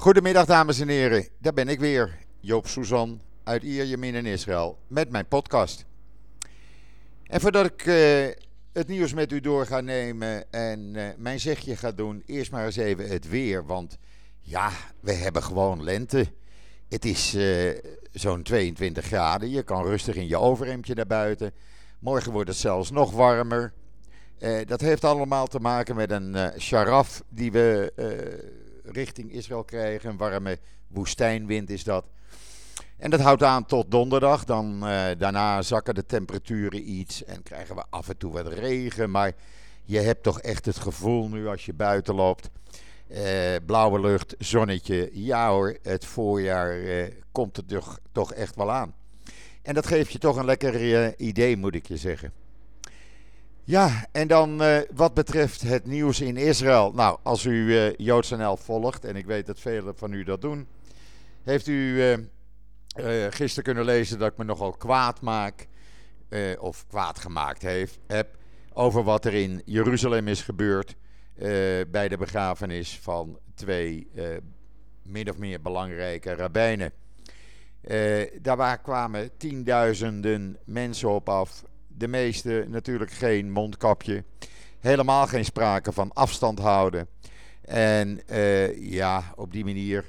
Goedemiddag dames en heren, daar ben ik weer, Joop Suzan uit Ierjemien in Israël met mijn podcast. En voordat ik het nieuws met u door ga nemen en mijn zegje ga doen, eerst maar eens even het weer. Want ja, we hebben gewoon lente. Het is zo'n 22 graden, je kan rustig in je overhemdje naar buiten. Morgen wordt het zelfs nog warmer. Dat heeft allemaal te maken met een sharaf die we richting Israël krijgen. Een warme woestijnwind is dat. En dat houdt aan tot donderdag. Daarna zakken de temperaturen iets en krijgen we af en toe wat regen. Maar je hebt toch echt het gevoel nu als je buiten loopt. Blauwe lucht, zonnetje. Ja hoor, het voorjaar komt er toch echt wel aan. En dat geeft je toch een lekker idee, moet ik je zeggen. Ja, en dan wat betreft het nieuws in Israël. Nou, als u JoodsNL volgt, en ik weet dat velen van u dat doen, heeft u gisteren kunnen lezen dat ik me nogal kwaad maak, of kwaad gemaakt heb, over wat er in Jeruzalem is gebeurd bij de begrafenis van twee min of meer belangrijke rabbijnen. Daar kwamen tienduizenden mensen op af. De meeste natuurlijk geen mondkapje. Helemaal geen sprake van afstand houden. En ja, op die manier,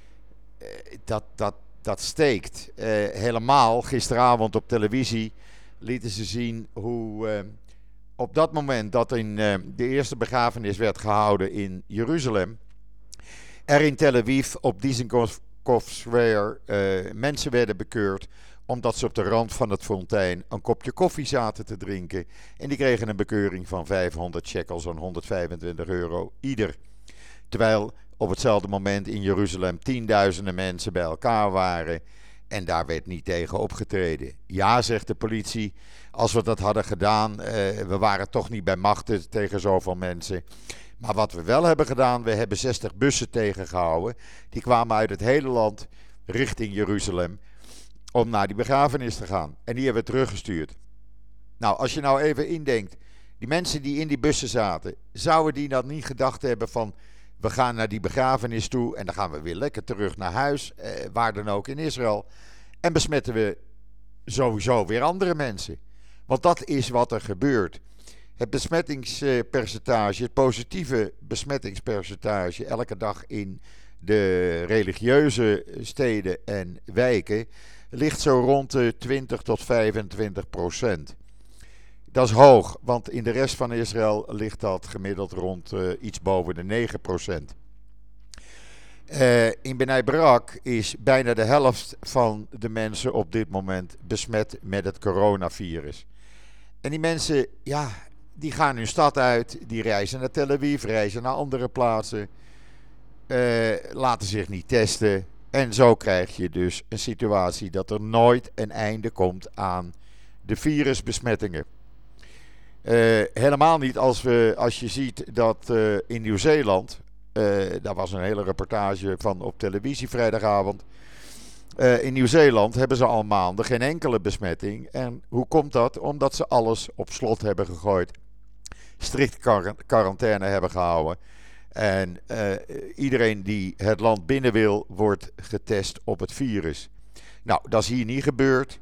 dat steekt. Helemaal gisteravond op televisie lieten ze zien hoe op dat moment dat de eerste begrafenis werd gehouden in Jeruzalem, er in Tel Aviv op Dizengoff Square mensen werden bekeurd omdat ze op de rand van het fontein een kopje koffie zaten te drinken. En die kregen een bekeuring van 500 shekels, zo'n 125 euro ieder. Terwijl op hetzelfde moment in Jeruzalem tienduizenden mensen bij elkaar waren. En daar werd niet tegen opgetreden. Ja, zegt de politie, als we dat hadden gedaan, we waren toch niet bij machten tegen zoveel mensen. Maar wat we wel hebben gedaan, we hebben 60 bussen tegengehouden. Die kwamen uit het hele land richting Jeruzalem om naar die begrafenis te gaan. En die hebben we teruggestuurd. Nou, als je nou even indenkt, die mensen die in die bussen zaten, zouden die dan niet gedacht hebben van, we gaan naar die begrafenis toe en dan gaan we weer lekker terug naar huis, waar dan ook in Israël. En besmetten we sowieso weer andere mensen. Want dat is wat er gebeurt. Het besmettingspercentage, het positieve besmettingspercentage elke dag in de religieuze steden en wijken ligt zo rond de 20 tot 25%. Dat is hoog, want in de rest van Israël ligt dat gemiddeld rond iets boven de 9%. In Bnei Brak is bijna de helft van de mensen op dit moment besmet met het coronavirus. En die mensen, ja, die gaan hun stad uit, die reizen naar Tel Aviv, reizen naar andere plaatsen, laten zich niet testen. En zo krijg je dus een situatie dat er nooit een einde komt aan de virusbesmettingen. Helemaal niet als je ziet dat in Nieuw-Zeeland, daar was een hele reportage van op televisie vrijdagavond. In Nieuw-Zeeland hebben ze al maanden geen enkele besmetting. En hoe komt dat? Omdat ze alles op slot hebben gegooid. Strikt quarantaine hebben gehouden. En iedereen die het land binnen wil, wordt getest op het virus. Nou, dat is hier niet gebeurd.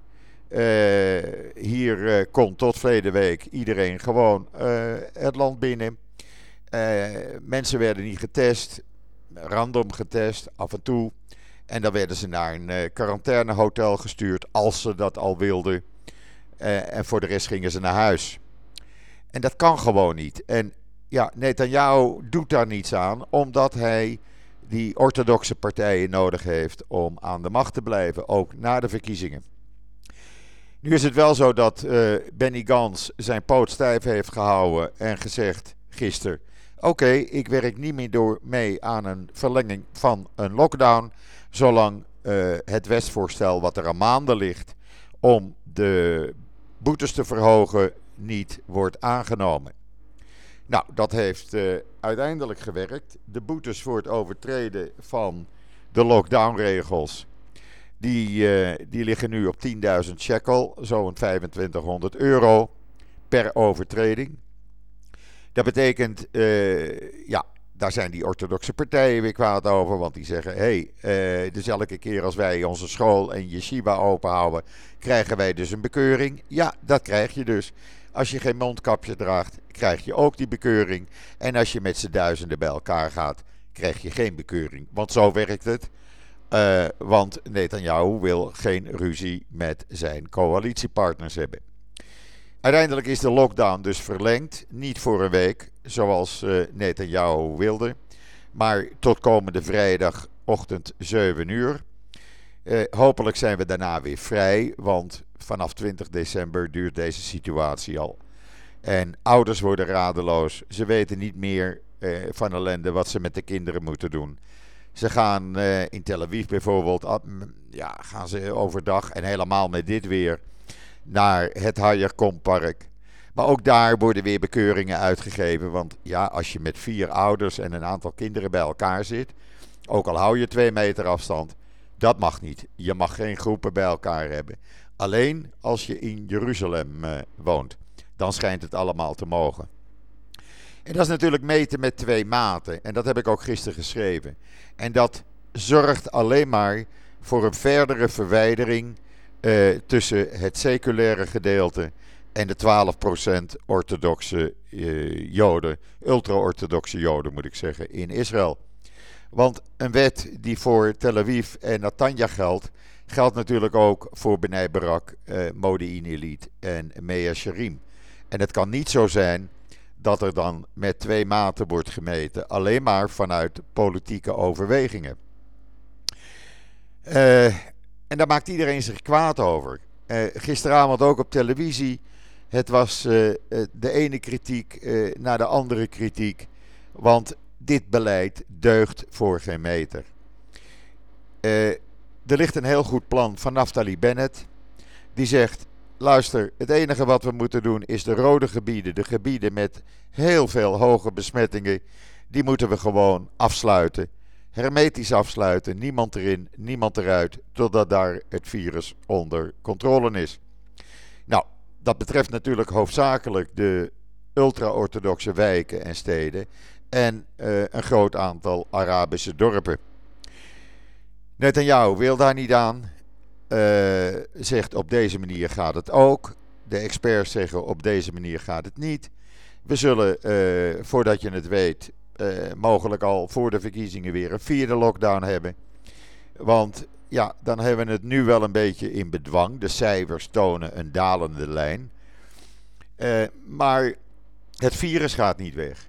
Hier kon tot verleden week iedereen gewoon het land binnen. Mensen werden niet getest, random getest, af en toe. En dan werden ze naar een quarantainehotel gestuurd, als ze dat al wilden. En voor de rest gingen ze naar huis. En dat kan gewoon niet. En ja, Netanyahu doet daar niets aan, omdat hij die orthodoxe partijen nodig heeft om aan de macht te blijven, ook na de verkiezingen. Nu is het wel zo dat Benny Gantz zijn poot stijf heeft gehouden en gezegd gisteren: Oké, ik werk niet meer mee aan een verlenging van een lockdown, zolang het wetsvoorstel wat er aan maanden ligt om de boetes te verhogen niet wordt aangenomen. Nou, dat heeft uiteindelijk gewerkt. De boetes voor het overtreden van de lockdownregels, die liggen nu op 10.000 shekel, zo'n 2500 euro per overtreding. Dat betekent daar zijn die orthodoxe partijen weer kwaad over, want die zeggen, dus elke keer als wij onze school en yeshiva open houden, krijgen wij dus een bekeuring. Ja, dat krijg je dus. Als je geen mondkapje draagt, krijg je ook die bekeuring. En als je met z'n duizenden bij elkaar gaat, krijg je geen bekeuring. Want zo werkt het. Want Netanyahu wil geen ruzie met zijn coalitiepartners hebben. Uiteindelijk is de lockdown dus verlengd. Niet voor een week, zoals Netanyahu wilde. Maar tot komende vrijdagochtend 7 uur. Hopelijk zijn we daarna weer vrij. Want vanaf 20 december duurt deze situatie al. En ouders worden radeloos. Ze weten niet meer van ellende wat ze met de kinderen moeten doen. Ze gaan in Tel Aviv bijvoorbeeld, gaan ze overdag en helemaal met dit weer naar het Hayarkompark. Maar ook daar worden weer bekeuringen uitgegeven. Want ja, als je met 4 ouders en een aantal kinderen bij elkaar zit, ook al hou je 2 meter afstand, dat mag niet. Je mag geen groepen bij elkaar hebben. Alleen als je in Jeruzalem woont. Dan schijnt het allemaal te mogen. En dat is natuurlijk meten met 2 maten. En dat heb ik ook gisteren geschreven. En dat zorgt alleen maar voor een verdere verwijdering tussen het seculaire gedeelte en de 12% orthodoxe Joden, ultra-orthodoxe Joden moet ik zeggen, in Israël. Want een wet die voor Tel Aviv en Netanya geldt natuurlijk ook voor Bnei Barak, Modi'in Illit en Mea Shearim. En het kan niet zo zijn dat er dan met 2 maten wordt gemeten, alleen maar vanuit politieke overwegingen. En daar maakt iedereen zich kwaad over. Gisteravond ook op televisie. Het was de ene kritiek naar de andere kritiek. Want dit beleid deugt voor geen meter. Er ligt een heel goed plan van Naftali Bennett. Die zegt, luister, het enige wat we moeten doen is de rode gebieden, de gebieden met heel veel hoge besmettingen, die moeten we gewoon afsluiten. Hermetisch afsluiten, niemand erin, niemand eruit, totdat daar het virus onder controle is. Nou, dat betreft natuurlijk hoofdzakelijk de ultra-orthodoxe wijken en steden en een groot aantal Arabische dorpen. Netanyahu wil daar niet aan, zegt op deze manier gaat het ook. De experts zeggen op deze manier gaat het niet. We zullen, voordat je het weet, mogelijk al voor de verkiezingen weer een 4e lockdown hebben. Want ja, dan hebben we het nu wel een beetje in bedwang. De cijfers tonen een dalende lijn. Maar het virus gaat niet weg.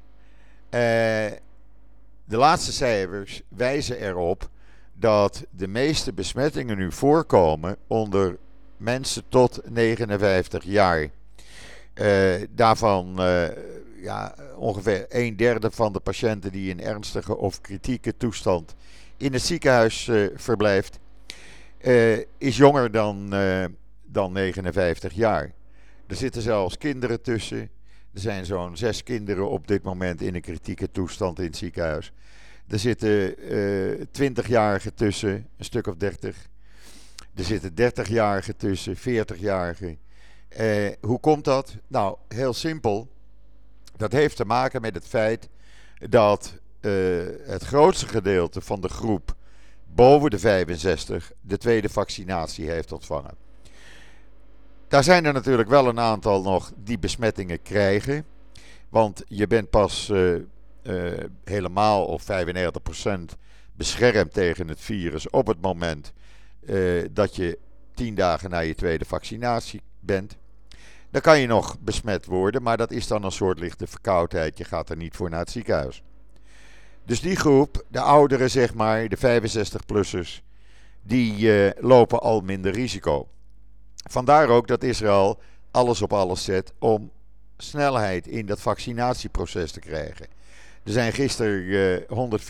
De laatste cijfers wijzen erop dat de meeste besmettingen nu voorkomen onder mensen tot 59 jaar. Daarvan ongeveer 1/3 van de patiënten die in ernstige of kritieke toestand in het ziekenhuis verblijft, is jonger dan 59 jaar. Er zitten zelfs kinderen tussen. Er zijn zo'n 6 kinderen op dit moment in een kritieke toestand in het ziekenhuis. Er zitten 20-jarigen tussen, een stuk of 30. Er zitten 30-jarigen tussen, 40-jarigen. Hoe komt dat? Nou, heel simpel. Dat heeft te maken met het feit dat het grootste gedeelte van de groep boven de 65 de tweede vaccinatie heeft ontvangen. Daar zijn er natuurlijk wel een aantal nog die besmettingen krijgen. Want je bent pas helemaal of 95% beschermd tegen het virus op het moment dat je 10 dagen na je tweede vaccinatie bent. Dan kan je nog besmet worden, maar dat is dan een soort lichte verkoudheid. Je gaat er niet voor naar het ziekenhuis. Dus die groep, de ouderen zeg maar, de 65-plussers, die lopen al minder risico. Vandaar ook dat Israël alles op alles zet om snelheid in dat vaccinatieproces te krijgen. Er zijn gisteren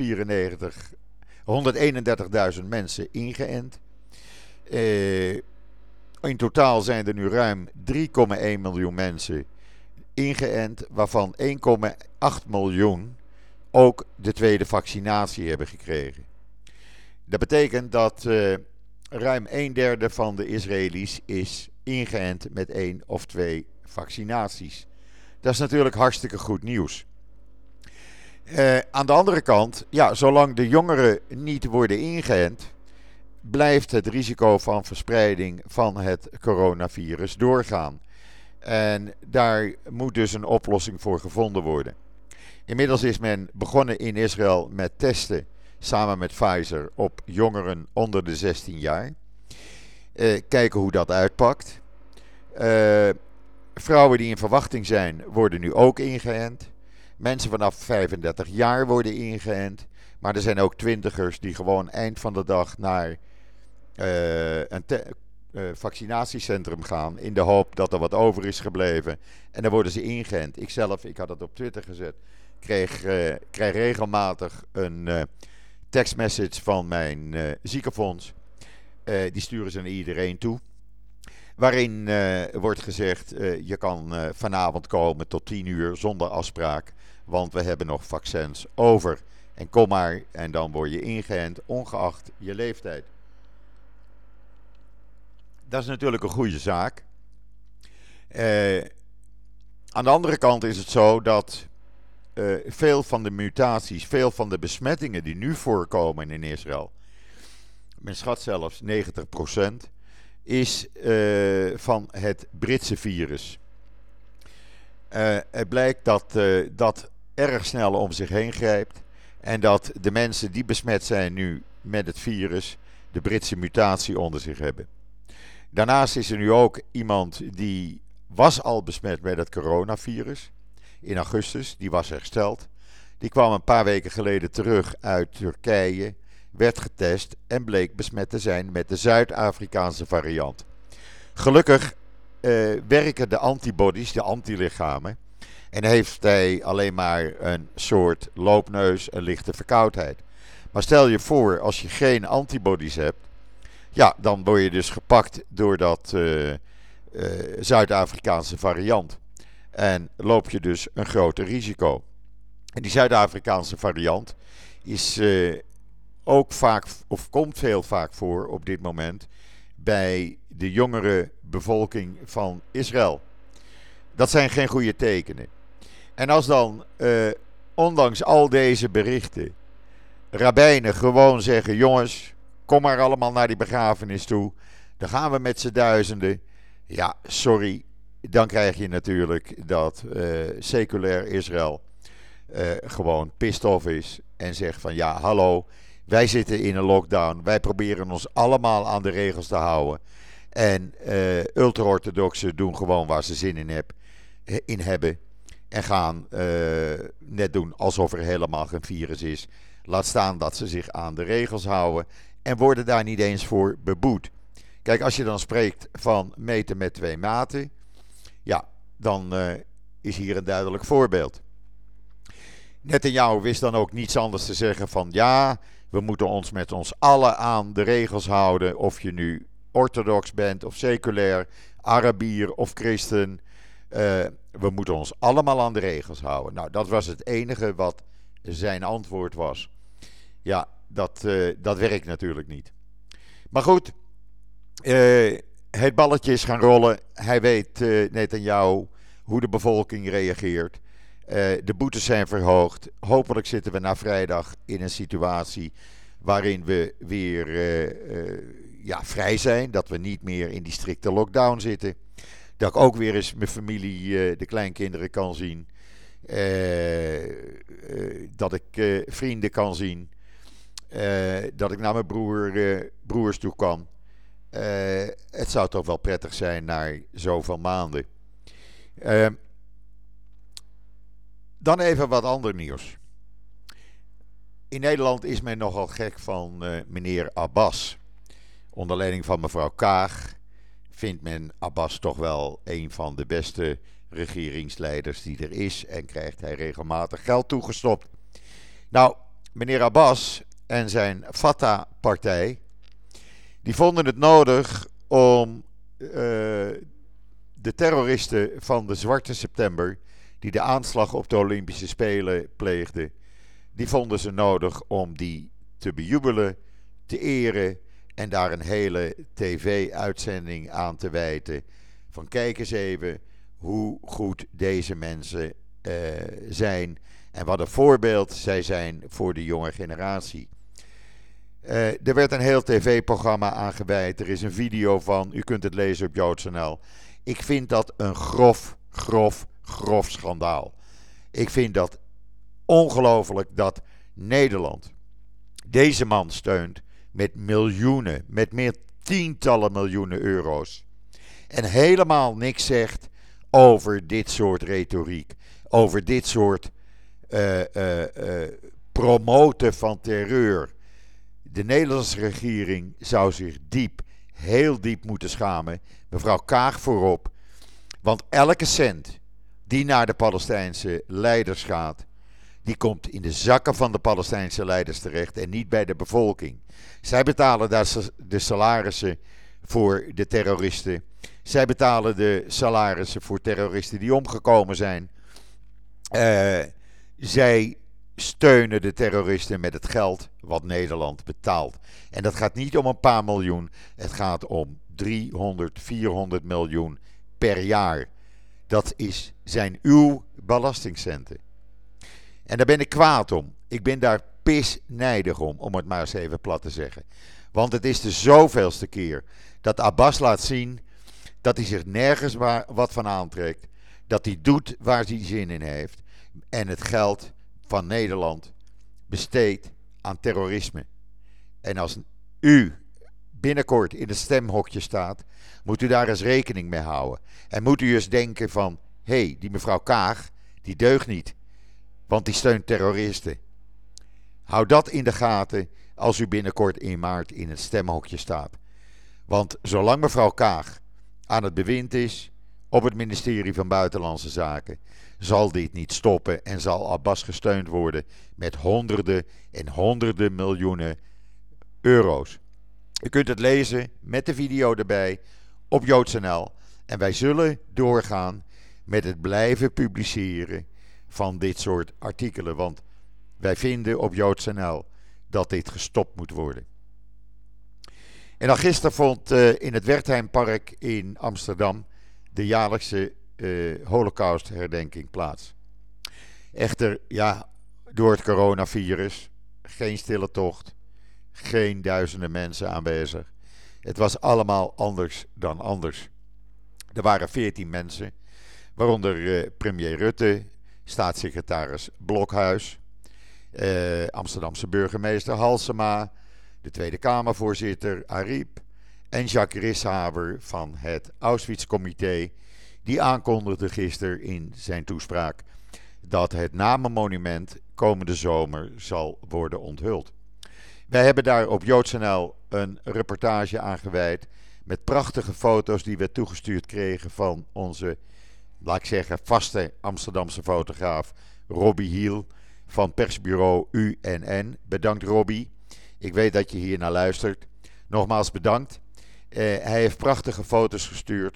131.000 mensen ingeënt. In totaal zijn er nu ruim 3,1 miljoen mensen ingeënt, waarvan 1,8 miljoen ook de tweede vaccinatie hebben gekregen. Dat betekent dat ruim 1/3 van de Israëli's is ingeënt met 1 of 2 vaccinaties. Dat is natuurlijk hartstikke goed nieuws. Aan de andere kant, ja, zolang de jongeren niet worden ingeënt, blijft het risico van verspreiding van het coronavirus doorgaan. En daar moet dus een oplossing voor gevonden worden. Inmiddels is men begonnen in Israël met testen samen met Pfizer op jongeren onder de 16 jaar. Kijken hoe dat uitpakt. Vrouwen die in verwachting zijn, worden nu ook ingeënt. Mensen vanaf 35 jaar worden ingeënt. Maar er zijn ook twintigers die gewoon eind van de dag naar een vaccinatiecentrum gaan. In de hoop dat er wat over is gebleven. En dan worden ze ingeënt. Ik had het op Twitter gezet. Krijg regelmatig een tekstmessage van mijn ziekenfonds. Die sturen ze naar iedereen toe. Waarin wordt gezegd, je kan vanavond komen tot 10 uur zonder afspraak. Want we hebben nog vaccins over. En kom maar en dan word je ingeënt ongeacht je leeftijd. Dat is natuurlijk een goede zaak. Aan de andere kant is het zo dat veel van de mutaties, veel van de besmettingen die nu voorkomen in Israël, men schat zelfs 90%, is van het Britse virus. Het blijkt dat dat erg snel om zich heen grijpt en dat de mensen die besmet zijn nu met het virus de Britse mutatie onder zich hebben. Daarnaast is er nu ook iemand die was al besmet met het coronavirus in augustus, die was hersteld. Die kwam een paar weken geleden terug uit Turkije, werd getest en bleek besmet te zijn met de Zuid-Afrikaanse variant. Gelukkig werken de antibodies, de antilichamen, en heeft hij alleen maar een soort loopneus, een lichte verkoudheid. Maar stel je voor, als je geen antibodies hebt, ja, dan word je dus gepakt door dat Zuid-Afrikaanse variant. En loop je dus een groter risico. En die Zuid-Afrikaanse variant is ook vaak, of komt heel vaak voor op dit moment, bij de jongere bevolking van Israël. Dat zijn geen goede tekenen. En als dan, ondanks al deze berichten, rabbijnen gewoon zeggen: jongens, kom maar allemaal naar die begrafenis toe. Dan gaan we met z'n duizenden. Ja, sorry. Dan krijg je natuurlijk dat seculair Israël gewoon pissed off is. En zegt van ja, hallo. Wij zitten in een lockdown. Wij proberen ons allemaal aan de regels te houden. En ultra-orthodoxen doen gewoon waar ze zin in hebben. En gaan net doen alsof er helemaal geen virus is. Laat staan dat ze zich aan de regels houden. En worden daar niet eens voor beboet. Kijk, als je dan spreekt van meten met 2 maten. Ja, dan is hier een duidelijk voorbeeld. Netanyahu wist dan ook niets anders te zeggen van ja, we moeten ons met ons allen aan de regels houden. Of je nu orthodox bent of seculair, Arabier of christen. We moeten ons allemaal aan de regels houden. Nou, dat was het enige wat zijn antwoord was. Ja, dat werkt natuurlijk niet. Maar goed, het balletje is gaan rollen. Hij weet, Netanyahu, hoe de bevolking reageert. De boetes zijn verhoogd. Hopelijk zitten we na vrijdag in een situatie waarin we weer vrij zijn. Dat we niet meer in die strikte lockdown zitten. Dat ik ook weer eens mijn familie, de kleinkinderen kan zien. Dat ik vrienden kan zien. Dat ik naar mijn broers toe kan. Het zou toch wel prettig zijn na zoveel maanden. Dan even wat ander nieuws. In Nederland is men nogal gek van meneer Abbas. Onder leiding van mevrouw Kaag vindt men Abbas toch wel een van de beste regeringsleiders die er is. En krijgt hij regelmatig geld toegestopt. Nou, meneer Abbas en zijn Fatah-partij, die vonden het nodig om de terroristen van de Zwarte September, die de aanslag op de Olympische Spelen pleegden, die vonden ze nodig om die te bejubelen, te eren en daar een hele tv-uitzending aan te wijten. Van kijk eens even hoe goed deze mensen zijn En wat een voorbeeld zij zijn voor de jonge generatie. Er werd een heel tv-programma aangeweid. Er is een video van. U kunt het lezen op JoodsNL. Ik vind dat een grof schandaal. Ik vind dat ongelooflijk dat Nederland deze man steunt met miljoenen, met meer tientallen miljoenen euro's. En helemaal niks zegt over dit soort retoriek. Over dit soort promoten van terreur. De Nederlandse regering zou zich heel diep moeten schamen. Mevrouw Kaag voorop. Want elke cent die naar de Palestijnse leiders gaat, die komt in de zakken van de Palestijnse leiders terecht en niet bij de bevolking. Zij betalen daar de salarissen voor de terroristen. Zij betalen de salarissen voor terroristen die omgekomen zijn. Zij steunen de terroristen met het geld wat Nederland betaalt. En dat gaat niet om een paar miljoen. Het gaat om 300, 400 miljoen per jaar. Dat zijn uw belastingcenten. En daar ben ik kwaad om. Ik ben daar pisnijdig om het maar eens even plat te zeggen. Want het is de zoveelste keer dat Abbas laat zien dat hij zich nergens wat van aantrekt. Dat hij doet waar hij zin in heeft. En het geld van Nederland besteedt aan terrorisme. En als u binnenkort in het stemhokje staat, moet u daar eens rekening mee houden. En moet u eens denken van, hé, die mevrouw Kaag, die deugt niet. Want die steunt terroristen. Hou dat in de gaten als u binnenkort in maart in het stemhokje staat. Want zolang mevrouw Kaag aan het bewind is op het ministerie van Buitenlandse Zaken, zal dit niet stoppen en zal Abbas gesteund worden met honderden en honderden miljoenen euro's. U kunt het lezen met de video erbij op JoodsNL. En wij zullen doorgaan met het blijven publiceren van dit soort artikelen. Want wij vinden op JoodsNL dat dit gestopt moet worden. En dan gisteren vond in het Wertheimpark in Amsterdam de jaarlijkse Holocaustherdenking plaats. Echter, ja, door het coronavirus, geen stille tocht, geen duizenden mensen aanwezig. Het was allemaal anders dan anders. Er waren 14 mensen, waaronder premier Rutte, staatssecretaris Blokhuis, Amsterdamse burgemeester Halsema, de Tweede Kamervoorzitter Ariep en Jacques Rishaver van het Auschwitz-comité, die aankondigde gisteren in zijn toespraak dat het namenmonument komende zomer zal worden onthuld. Wij hebben daar op JoodsNL een reportage aan gewijd met prachtige foto's die we toegestuurd kregen van onze, laat ik zeggen, vaste Amsterdamse fotograaf Robbie Hiel van persbureau UNN. Bedankt Robbie, ik weet dat je hier naar luistert. Nogmaals bedankt. Hij heeft prachtige foto's gestuurd.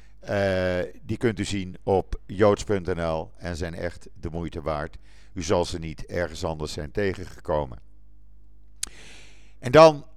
Die kunt u zien op joods.nl en zijn echt de moeite waard. U zal ze niet ergens anders zijn tegengekomen. En dan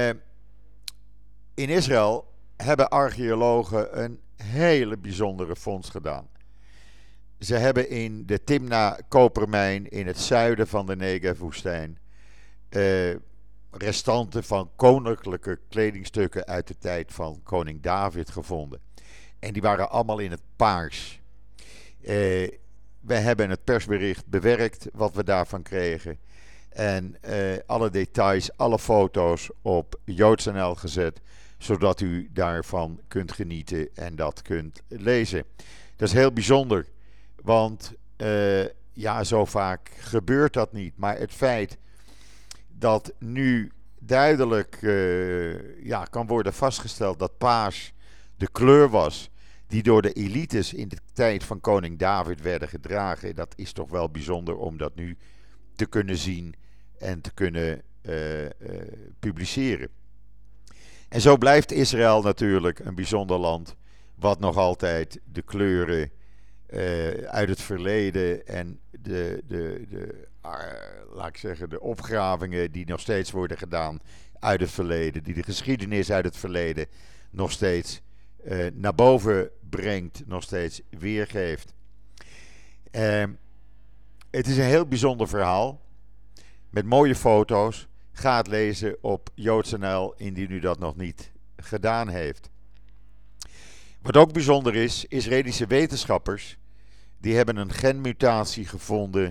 in Israël hebben archeologen een hele bijzondere vondst gedaan. Ze hebben in de Timna kopermijn in het zuiden van de Negev-woestijn restanten van koninklijke kledingstukken uit de tijd van koning David gevonden. En die waren allemaal in het paars. We hebben het persbericht bewerkt wat we daarvan kregen. En alle details, alle foto's op JoodsNL gezet, zodat u daarvan kunt genieten en dat kunt lezen. Dat is heel bijzonder, want ja, zo vaak gebeurt dat niet. Maar het feit dat nu duidelijk kan worden vastgesteld dat paars de kleur was die door de elites in de tijd van koning David werden gedragen, dat is toch wel bijzonder om dat nu te kunnen zien en te kunnen publiceren. En zo blijft Israël natuurlijk een bijzonder land, wat nog altijd de kleuren uit het verleden en laat ik zeggen, de opgravingen die nog steeds worden gedaan uit het verleden, die de geschiedenis uit het verleden nog steeds naar boven brengt, nog steeds weergeeft. Het is een heel bijzonder verhaal met mooie foto's. Ga het lezen op joods.nl indien u dat nog niet gedaan heeft. Wat ook bijzonder is, Israëlische wetenschappers die hebben een genmutatie gevonden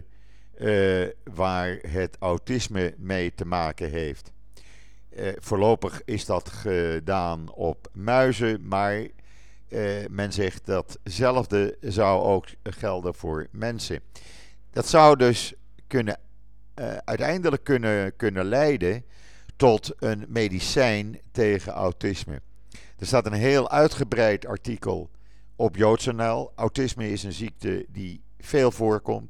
waar het autisme mee te maken heeft. Voorlopig is dat gedaan op muizen, maar men zegt datzelfde zou ook gelden voor mensen. Dat zou dus uiteindelijk kunnen leiden tot een medicijn tegen autisme. Er staat een heel uitgebreid artikel op joods.nl. Autisme is een ziekte die veel voorkomt,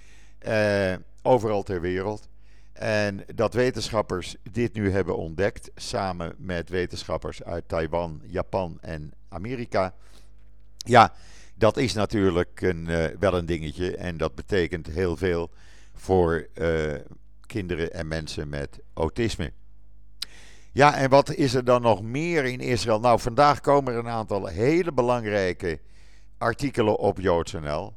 overal ter wereld. En dat wetenschappers dit nu hebben ontdekt, samen met wetenschappers uit Taiwan, Japan en Amerika. Ja, dat is natuurlijk wel een dingetje en dat betekent heel veel voor kinderen en mensen met autisme. Ja, en wat is er dan nog meer in Israël? Nou, vandaag komen er een aantal hele belangrijke artikelen op joods.nl.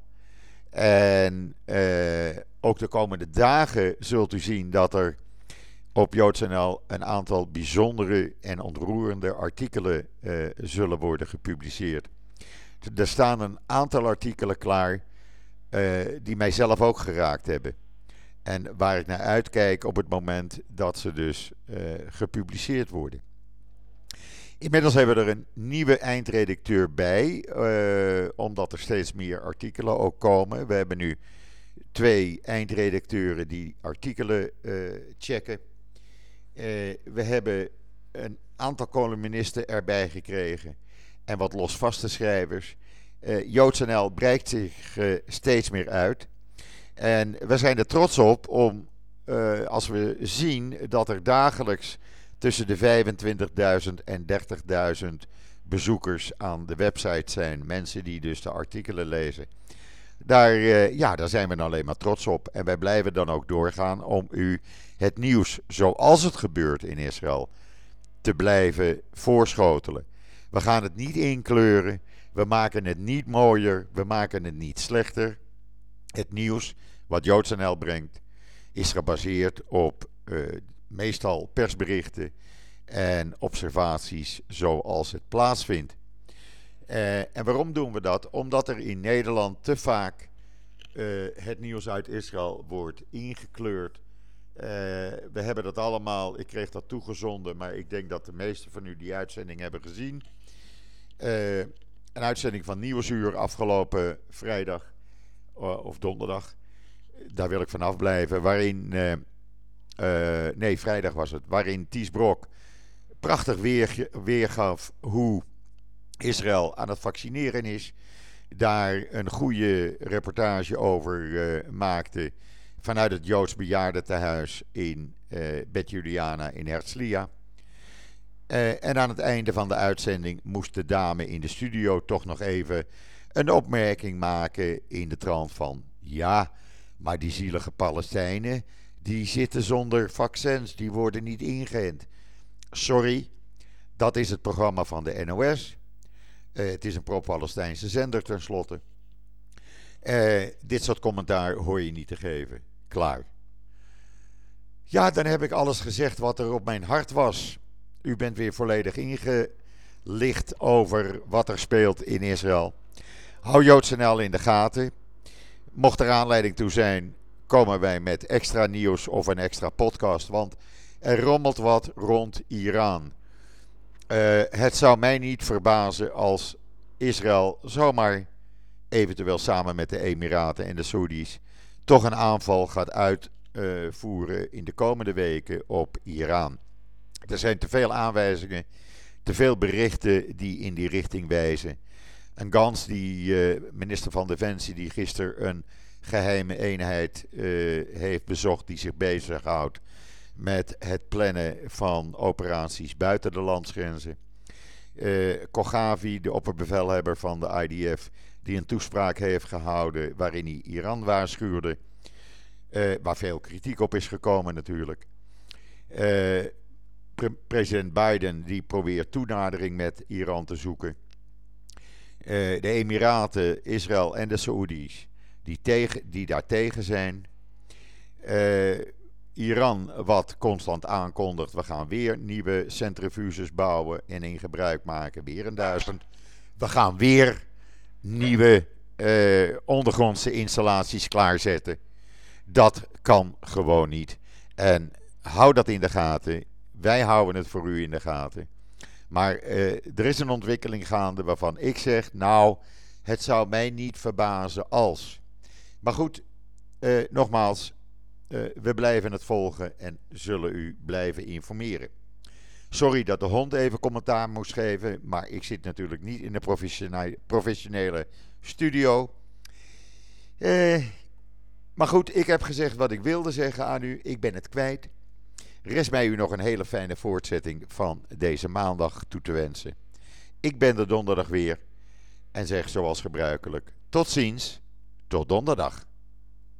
En ook de komende dagen zult u zien dat er op joods.nl een aantal bijzondere en ontroerende artikelen zullen worden gepubliceerd. Er staan een aantal artikelen klaar die mijzelf ook geraakt hebben. En waar ik naar uitkijk op het moment dat ze dus gepubliceerd worden. Inmiddels hebben we er een nieuwe eindredacteur bij, omdat er steeds meer artikelen ook komen. We hebben nu 2 eindredacteuren die artikelen checken. We hebben een aantal columnisten erbij gekregen en wat losvaste schrijvers. joods.nl breidt zich steeds meer uit. En we zijn er trots op als we zien dat er dagelijks tussen de 25.000 en 30.000 bezoekers aan de website zijn. Mensen die dus de artikelen lezen. Daar zijn we alleen maar trots op. En wij blijven dan ook doorgaan om u het nieuws zoals het gebeurt in Israël te blijven voorschotelen. We gaan het niet inkleuren. We maken het niet mooier. We maken het niet slechter. Het nieuws wat joods.nl brengt is gebaseerd op meestal persberichten en observaties zoals het plaatsvindt. En waarom doen we dat? Omdat er in Nederland te vaak het nieuws uit Israël wordt ingekleurd. We hebben dat allemaal, ik kreeg dat toegezonden, maar ik denk dat de meesten van u die uitzending hebben gezien. Een uitzending van Nieuwsuur afgelopen vrijdag of donderdag. Daar wil ik vanaf blijven. Vrijdag was het. Waarin Ties Brok prachtig weergaf hoe Israël aan het vaccineren is. Daar een goede reportage over maakte vanuit het Joods bejaardentehuis in Bet Juliana in Herzliya. En aan het einde van de uitzending moest de dame in de studio toch nog even een opmerking maken in de trant van: ja, maar die zielige Palestijnen, die zitten zonder vaccins, die worden niet ingeënt. Sorry, dat is het programma van de NOS. Het is een pro-Palestijnse zender tenslotte. Dit soort commentaar hoor je niet te geven. Klaar. Ja, dan heb ik alles gezegd wat er op mijn hart was. U bent weer volledig ingelicht over wat er speelt in Israël. Hou joods.nl in de gaten. Mocht er aanleiding toe zijn, komen wij met extra nieuws of een extra podcast. Want er rommelt wat rond Iran. Het zou mij niet verbazen als Israël zomaar, eventueel samen met de Emiraten en de Saoedi's, toch een aanval gaat uitvoeren in de komende weken op Iran. Er zijn te veel aanwijzingen, te veel berichten die in die richting wijzen. En Gans, die minister van Defensie, die gisteren een geheime eenheid heeft bezocht die zich bezighoudt met het plannen van operaties buiten de landsgrenzen. Kogavi, de opperbevelhebber van de IDF, die een toespraak heeft gehouden waarin hij Iran waarschuwde. Waar veel kritiek op is gekomen natuurlijk. President Biden die probeert toenadering met Iran te zoeken. De Emiraten, Israël en de Saoedi's die daar tegen zijn. Iran wat constant aankondigt, we gaan weer nieuwe centrifuges bouwen en in gebruik maken, weer 1000. We gaan weer nieuwe ondergrondse installaties klaarzetten. Dat kan gewoon niet. En hou dat in de gaten. Wij houden het voor u in de gaten. Maar er is een ontwikkeling gaande waarvan ik zeg, nou, het zou mij niet verbazen als. Maar goed, nogmaals, we blijven het volgen en zullen u blijven informeren. Sorry dat de hond even commentaar moest geven, maar ik zit natuurlijk niet in de professionele studio. Maar goed, ik heb gezegd wat ik wilde zeggen aan u. Ik ben het kwijt. Rest mij u nog een hele fijne voortzetting van deze maandag toe te wensen. Ik ben er donderdag weer en zeg zoals gebruikelijk tot ziens, tot donderdag.